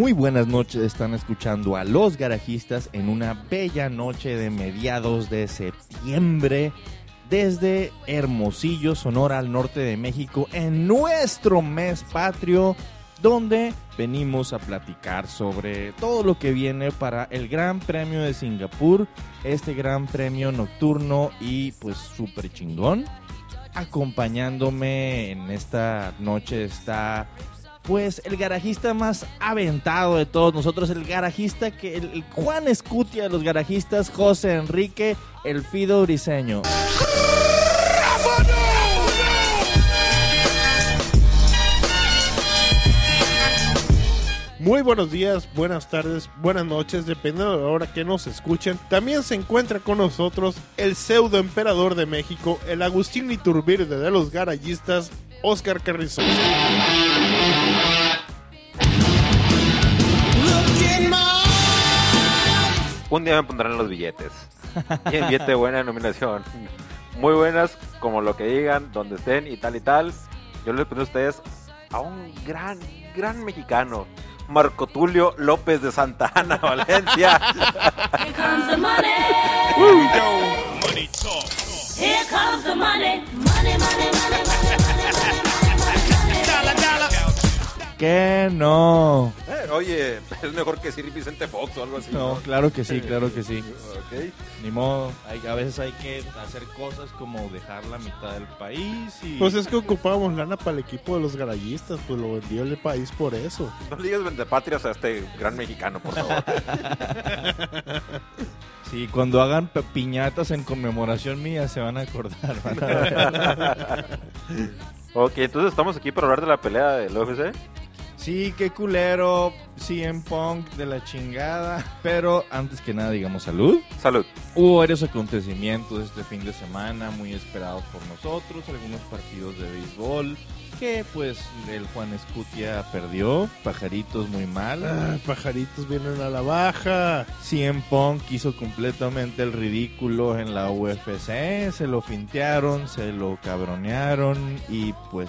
Muy buenas noches, están escuchando a Los Garajistas en una bella noche de mediados de septiembre desde Hermosillo, Sonora, al norte de México, en nuestro mes patrio, donde venimos a platicar sobre todo lo que viene para el Gran Premio de Singapur, este Gran Premio nocturno y pues súper chingón. Acompañándome en esta noche está pues el garajista más aventado de todos nosotros, el garajista que el Juan Escutia de los garajistas, José Enrique El Fido Briseño. Muy buenos días, buenas tardes, buenas noches, dependiendo de la hora que nos escuchen. También se encuentra con nosotros el pseudo emperador de México, el Agustín Iturbide de los garayistas, Oscar Carrizosa. Un día me pondrán los billetes. Y el billete buena denominación. Muy buenas, como lo que digan, donde estén y tal y tal. Yo les pongo a ustedes a un gran mexicano. Marco Tulio López de Santa Ana, Valencia. Here comes the money. Money talk. Here comes the money. Money, money, money, money. Que no. Oye, es mejor que Sir Vicente Fox o algo así. No, claro que sí, claro que sí. Ok. Ni modo, a veces hay que hacer cosas como dejar la mitad del país y... Pues es que ocupábamos lana para el equipo de los garayistas, pues lo vendió el país por eso. No le digas vendepatrias a este gran mexicano, por favor. Sí, cuando hagan piñatas en conmemoración mía se van a acordar. Van a ver. Ok, entonces estamos aquí para hablar de la pelea del UFC. Sí, qué culero, CM Punk de la chingada. Pero antes que nada, digamos salud. Salud. Hubo varios acontecimientos este fin de semana muy esperados por nosotros. Algunos partidos de béisbol que pues el Juan Escutia perdió. Pajaritos muy mal. Pajaritos vienen a la baja. CM Punk hizo completamente el ridículo en la UFC. Se lo fintearon, se lo cabronearon y pues.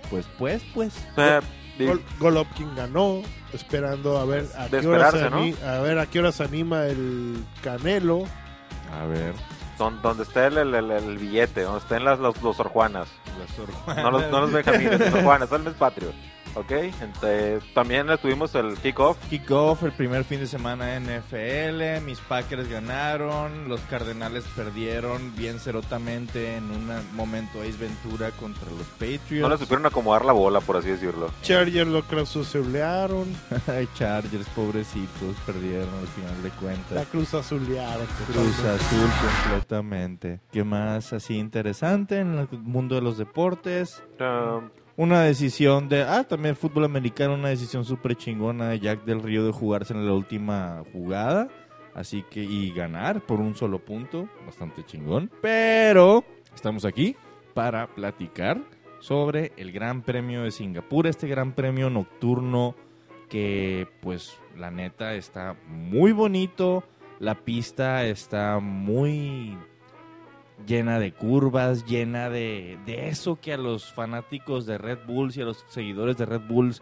Golovkin ganó, esperando a ver a qué hora se anima el Canelo. A ver. Donde esté el billete, donde estén los Sor Juanas. Las No los Benjamines, los Sor Juanas, el mes patrio. Ok, entonces también tuvimos el kickoff. Kickoff, el primer fin de semana NFL. Mis Packers ganaron, los Cardenales perdieron bien cerotamente en un momento Ace Ventura contra los Patriots. No le supieron acomodar la bola, por así decirlo. Chargers lo cruzazulearon. Ay, Chargers, pobrecitos, perdieron al final de cuentas. La cruzazulearon. Cruz Azul completamente. ¿Qué más así interesante en el mundo de los deportes? Una decisión de... también fútbol americano, una decisión súper chingona de Jack del Río de jugarse en la última jugada. Así que... Y ganar por un solo punto. Bastante chingón. Pero estamos aquí para platicar sobre el Gran Premio de Singapur. Este Gran Premio nocturno que, pues, la neta está muy bonito. La pista está muy... llena de curvas, llena de eso que a los fanáticos de Red Bulls y a los seguidores de Red Bull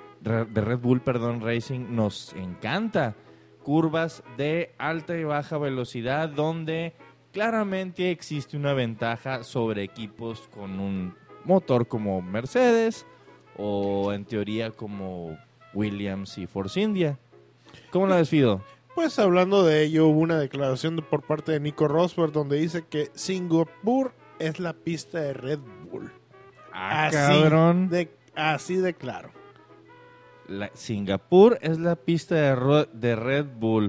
Racing nos encanta. Curvas de alta y baja velocidad donde claramente existe una ventaja sobre equipos con un motor como Mercedes o en teoría como Williams y Force India. ¿Cómo la ves, Fido? Pues hablando de ello, hubo una declaración por parte de Nico Rosberg donde dice que Singapur es la pista de Red Bull. Cabrón. Así de claro. Singapur es la pista de Red Bull.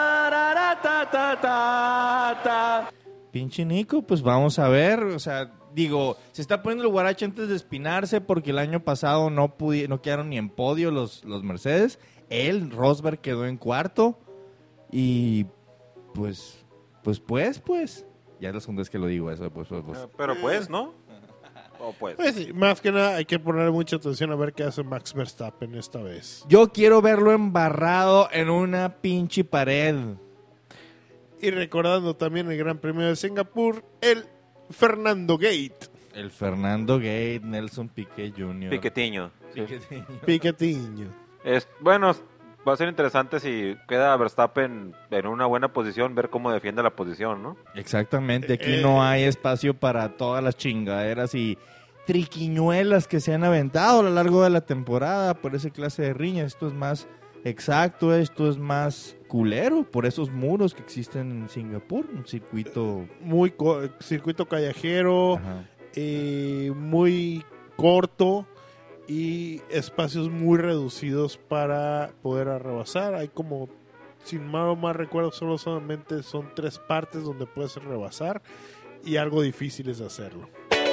Pinche Nico, pues vamos a ver. O sea, digo, se está poniendo el guarache antes de espinarse porque el año pasado no quedaron ni en podio los Mercedes. Rosberg quedó en cuarto. Y pues, ya es la segunda vez que lo digo eso, pues. Pero pues, ¿no? O pues. Pues sí, más que nada hay que poner mucha atención a ver qué hace Max Verstappen esta vez. Yo quiero verlo embarrado en una pinche pared. Y recordando también el Gran Premio de Singapur, el Fernando Gate. El Fernando Gate, Nelson Piquet Jr. Piquetiño. Piquetiño. Piquetiño. Bueno, Va a ser interesante si queda Verstappen en una buena posición, ver cómo defiende la posición, ¿no? Exactamente, aquí no hay espacio para todas las chingaderas y triquiñuelas que se han aventado a lo largo de la temporada por esa clase de riñas. Esto es más exacto, esto es más culero por esos muros que existen en Singapur, un circuito... Circuito callejero, muy corto y espacios muy reducidos para poder rebasar. Hay como, sin más recuerdo, solamente son 3 partes donde puedes rebasar y algo difíciles de hacerlo.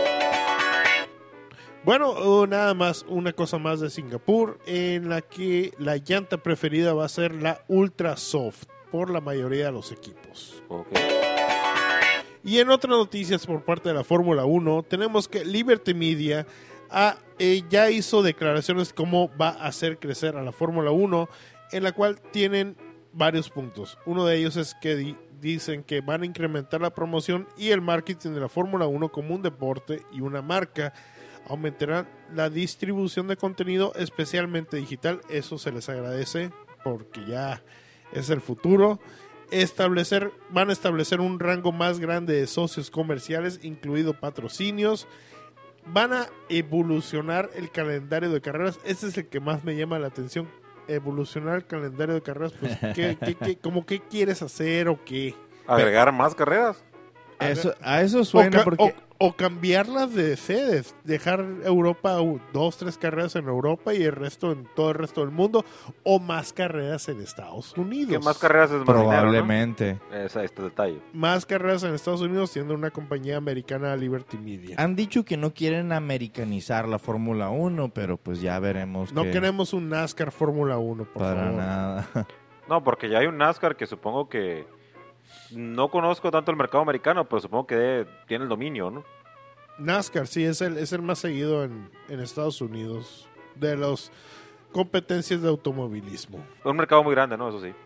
Bueno, nada más, una cosa más de Singapur, en la que la llanta preferida va a ser la Ultra Soft por la mayoría de los equipos. Okay. Y en otras noticias por parte de la Fórmula 1, tenemos que Liberty Media ya hizo declaraciones cómo va a hacer crecer a la Fórmula 1, en la cual tienen varios puntos. Uno de ellos es que dicen que van a incrementar la promoción y el marketing de la Fórmula 1 como un deporte y una marca. Aumentarán la distribución de contenido, especialmente digital. Eso se les agradece porque ya es el futuro. Van a establecer un rango más grande de socios comerciales, incluido patrocinios. Van a evolucionar el calendario de carreras. Este es el que más me llama la atención. Evolucionar el calendario de carreras. Pues, ¿qué quieres hacer o qué? ¿Agregar más carreras? A eso suena porque... O cambiarlas de sedes, dejar Europa 2-3 carreras en Europa y el resto en todo el resto del mundo, o más carreras en Estados Unidos. Que más carreras es más probablemente dinero, ¿no? Es este detalle. Más carreras en Estados Unidos siendo una compañía americana, Liberty Media. Han dicho que no quieren americanizar la Fórmula 1, pero pues ya veremos. No queremos un NASCAR Fórmula 1, por favor. Para nada. No, porque ya hay un NASCAR que supongo que... No conozco tanto el mercado americano, pero supongo que tiene el dominio, ¿no? NASCAR, sí, es el más seguido en Estados Unidos de las competencias de automovilismo. Un mercado muy grande, ¿no? Eso sí.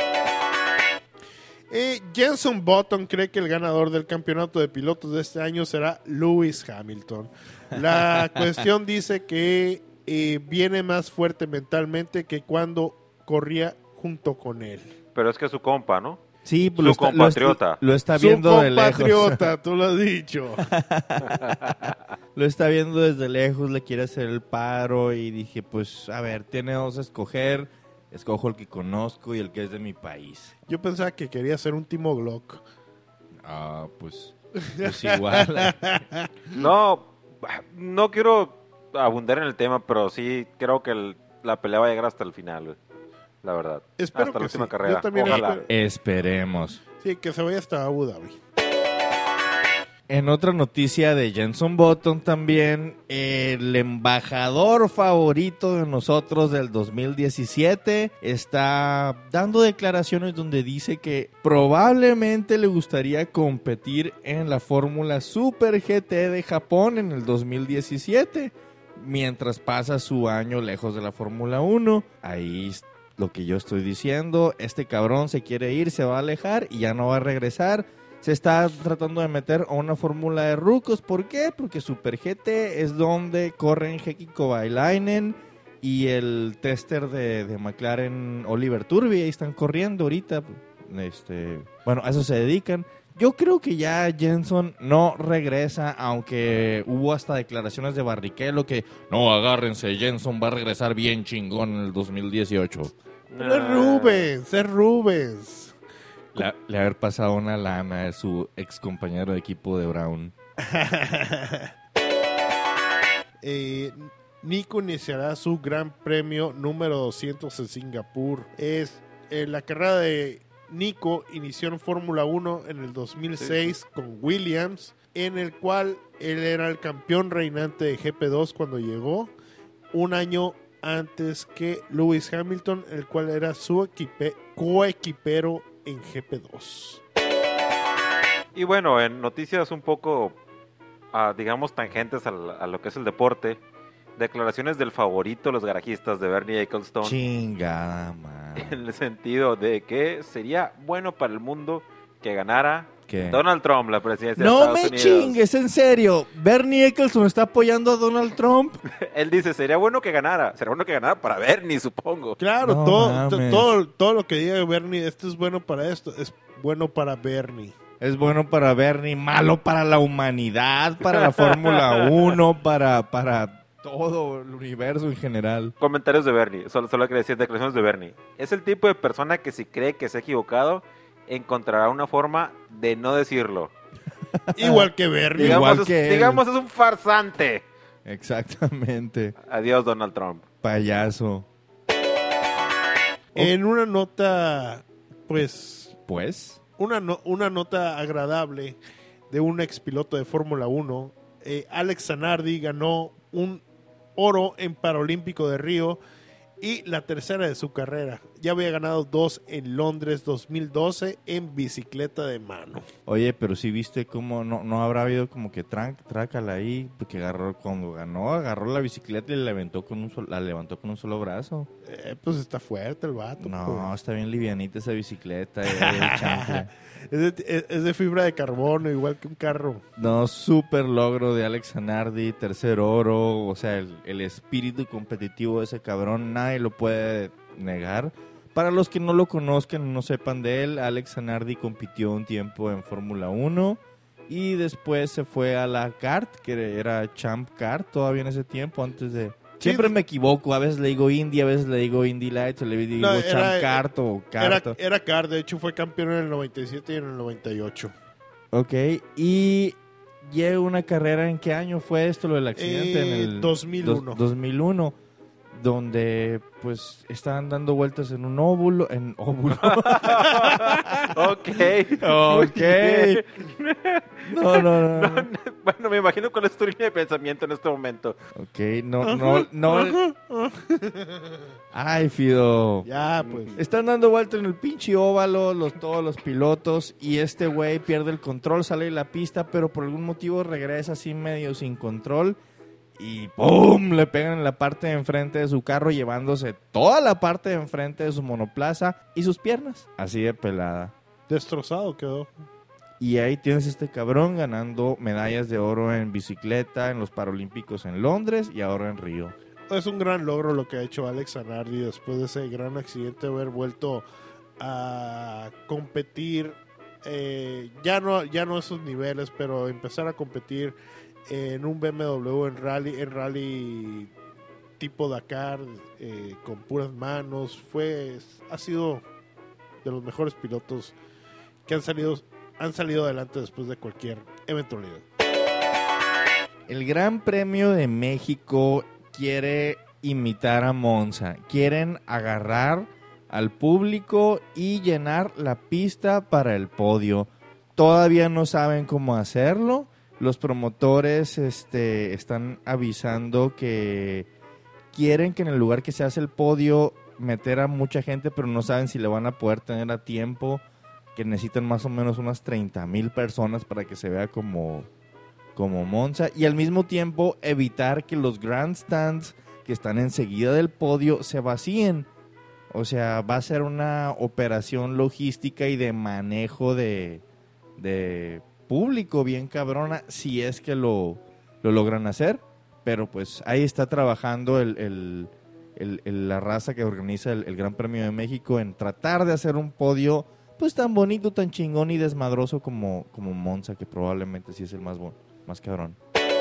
Jenson Button cree que el ganador del campeonato de pilotos de este año será Lewis Hamilton. La cuestión dice que viene más fuerte mentalmente que cuando corría junto con él. Pero es que es su compa, ¿no? Sí, su compatriota. Lo está viendo de lejos. Su compatriota, tú lo has dicho. Lo está viendo desde lejos, le quiere hacer el paro y dije, pues, a ver, tiene 2 a escoger. Escojo el que conozco y el que es de mi país. Yo pensaba que quería ser un Timo Glock. Ah, pues igual. No quiero abundar en el tema, pero sí creo que la pelea va a llegar hasta el final, la verdad. Espero hasta que la última sí. carrera. Yo también Ojalá. Esperemos. Sí, que se vaya hasta Abu Dhabi. En otra noticia de Jenson Button también, el embajador favorito de nosotros del 2017 está dando declaraciones donde dice que probablemente le gustaría competir en la Fórmula Super GT de Japón en el 2017, mientras pasa su año lejos de la Fórmula 1. Ahí lo que yo estoy diciendo, este cabrón se quiere ir, se va a alejar y ya no va a regresar. Se está tratando de meter a una fórmula de rucos. ¿Por qué? Porque Super GT es donde corren Heikki Kovalainen y el tester de McLaren Oliver Turvey. Ahí están corriendo ahorita. Bueno, a eso se dedican. Yo creo que ya Jenson no regresa, aunque hubo hasta declaraciones de Barrichello que no, agárrense, Jenson va a regresar bien chingón en el 2018. Pero es Rubens. Le haber pasado una lana a su ex compañero de equipo de Brown. Nico iniciará su gran premio número 200 en Singapur. La carrera de Nico inició en Fórmula 1 en el 2006 con Williams, en el cual él era el campeón reinante de GP2 cuando llegó, un año antes que Lewis Hamilton, el cual era su coequipero en GP2. Y bueno, en noticias un poco, digamos, tangentes a lo que es el deporte, declaraciones del favorito de los garajistas de Bernie Ecclestone. Chingada, man. En el sentido de que sería bueno para el mundo que ganara ¿Qué? Donald Trump, la presidencia de No Estados me Unidos. chingues, en serio. Bernie Ecclestone está apoyando a Donald Trump. Él dice, sería bueno que ganara. Sería bueno que ganara para Bernie, supongo. Claro, No mames. todo lo que diga Bernie, esto es bueno para esto, es bueno para Bernie. Es bueno para Bernie, malo para la humanidad, para la Fórmula 1, para todo el universo en general. Comentarios de Bernie, solo quería decir declaraciones de Bernie. Es el tipo de persona que si cree que se ha equivocado, encontrará una forma de no decirlo. Igual que Bernie. Igual que él. Digamos, es un farsante. Exactamente. Adiós, Donald Trump. Payaso. En una nota, pues, Pues, una nota agradable de un expiloto de Fórmula 1, Alex Zanardi ganó un oro en Paralímpico de Río y la tercera de su carrera. Ya había ganado 2 en Londres 2012 en bicicleta de mano. oye, pero sí viste cómo no habrá habido como que trácala ahí, porque cuando ganó, agarró la bicicleta y la levantó con un solo brazo. Pues está fuerte el vato. No, pues. está bien livianita esa bicicleta. El chanfle. Es de fibra de carbono, igual que un carro. No, súper logro de Alex Zanardi, tercer oro, o sea, el espíritu competitivo de ese cabrón, nadie lo puede negar. Para los que no lo conozcan, no sepan de él, Alex Zanardi compitió un tiempo en Fórmula 1 y después se fue a la kart, que era Champ Kart todavía en ese tiempo, antes de... Siempre me equivoco, a veces le digo Indy, a veces le digo Indy Lights, o le digo No, Champ Kart o Kart. Era kart, de hecho fue campeón en el 97 y en el 98. Ok, y llega una carrera, ¿en qué año fue esto lo del accidente? En el 2001. 2001, donde pues estaban dando vueltas en un óvulo. Ok. Ok. No. Bueno, me imagino cuál es tu línea de pensamiento en este momento. Ok, no. Ay, Fido. Ya, pues. Están dando vueltas en el pinche óvalo todos los pilotos y este güey pierde el control, sale de la pista, pero por algún motivo regresa así medio sin control y ¡pum! Le pegan en la parte de enfrente de su carro, llevándose toda la parte de enfrente de su monoplaza y sus piernas, así de pelada. Destrozado quedó. Y ahí tienes este cabrón ganando medallas de oro en bicicleta en los Paralímpicos en Londres y ahora en Río. Es un gran logro lo que ha hecho Alex Zanardi después de ese gran accidente, haber vuelto a competir, ya no a esos niveles, pero empezar a competir en un BMW en rally tipo Dakar, con puras manos. Ha sido de los mejores pilotos que han salido adelante después de cualquier eventualidad. El Gran Premio de México quiere imitar a Monza. Quieren agarrar al público y llenar la pista para el podio. Todavía no saben cómo hacerlo. Los promotores están avisando que quieren que en el lugar que se hace el podio meter a mucha gente, pero no saben si le van a poder tener a tiempo, que necesitan más o menos unas 30,000 personas para que se vea como Monza, y al mismo tiempo evitar que los grandstands que están enseguida del podio se vacíen. O sea, va a ser una operación logística y de manejo de público bien cabrona, si es que lo logran hacer. Pero pues ahí está trabajando la raza que organiza el Gran Premio de México en tratar de hacer un podio pues tan bonito, tan chingón y desmadroso como Monza, que probablemente sí es el más cabrón.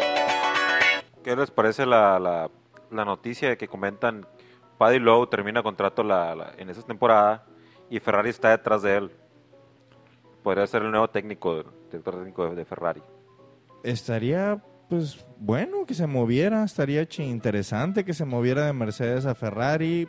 ¿Qué les parece la noticia de que comentan Paddy Lowe termina contrato en esa temporada y Ferrari está detrás de él? Podría ser el nuevo director técnico de Ferrari. Estaría pues bueno que se moviera, estaría interesante que se moviera de Mercedes a Ferrari.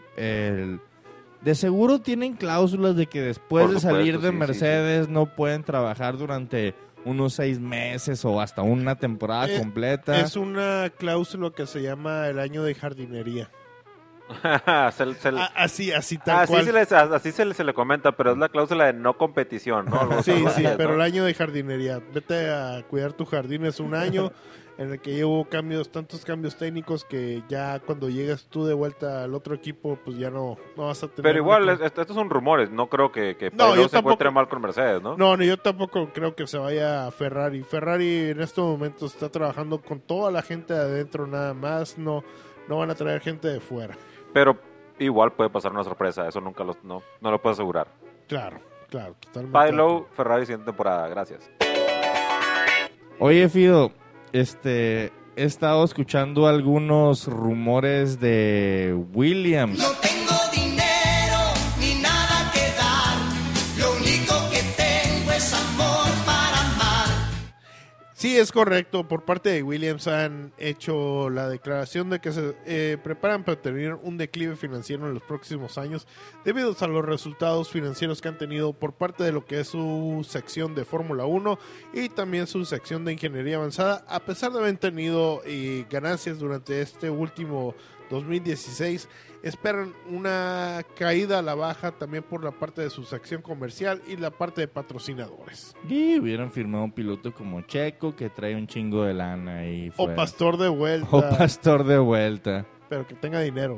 De seguro tienen cláusulas de que después de salir de Mercedes no pueden trabajar durante unos 6 meses o hasta una temporada completa. Es una cláusula que se llama el año de jardinería. Así tal cual. Así se le comenta, pero es la cláusula de no competición, ¿no? Sí, pero el año de jardinería. Vete a cuidar tu jardín, es un año en el que hubo tantos cambios técnicos que ya cuando llegas tú de vuelta al otro equipo, pues ya no vas a tener... Pero igual, estos son rumores, no creo que yo se encuentre mal con Mercedes, ¿no? No, yo tampoco creo que se vaya a Ferrari. Ferrari en estos momentos está trabajando con toda la gente de adentro nada más, no van a traer gente de fuera. Pero igual puede pasar una sorpresa, eso nunca no lo puedo asegurar. Claro, totalmente. Pailo, Ferrari siguiente temporada, gracias. Oye, Fido, he estado escuchando algunos rumores de Williams. No tengo dinero ni nada que dar, lo único que tengo es amor para amar. Sí, es correcto. Por parte de Williams han hecho la declaración de que se preparan para tener un declive financiero en los próximos años debido a los resultados financieros que han tenido por parte de lo que es su sección de Fórmula 1 y también su sección de ingeniería avanzada, a pesar de haber tenido ganancias durante este último 2016. Esperan una caída a la baja también por la parte de su sección comercial y la parte de patrocinadores. Y hubieran firmado un piloto como Checo que trae un chingo de lana y O Pastor de vuelta. Pero que tenga dinero.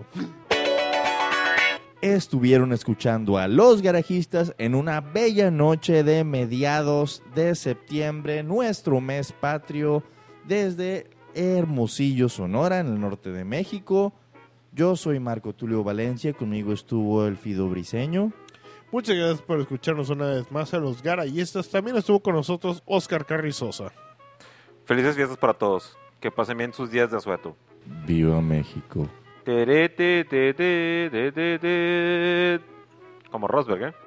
Estuvieron escuchando a Los Garajistas en una bella noche de mediados de septiembre, nuestro mes patrio, desde Hermosillo, Sonora, en el norte de México. Yo soy Marco Tulio Valencia, conmigo estuvo el Fido Briseño. Muchas gracias por escucharnos una vez más a Los Garayistas. También estuvo con nosotros Oscar Carrizosa. Felices fiestas para todos. Que pasen bien sus días de asueto. ¡Viva México! Como Rosberg, ¿eh?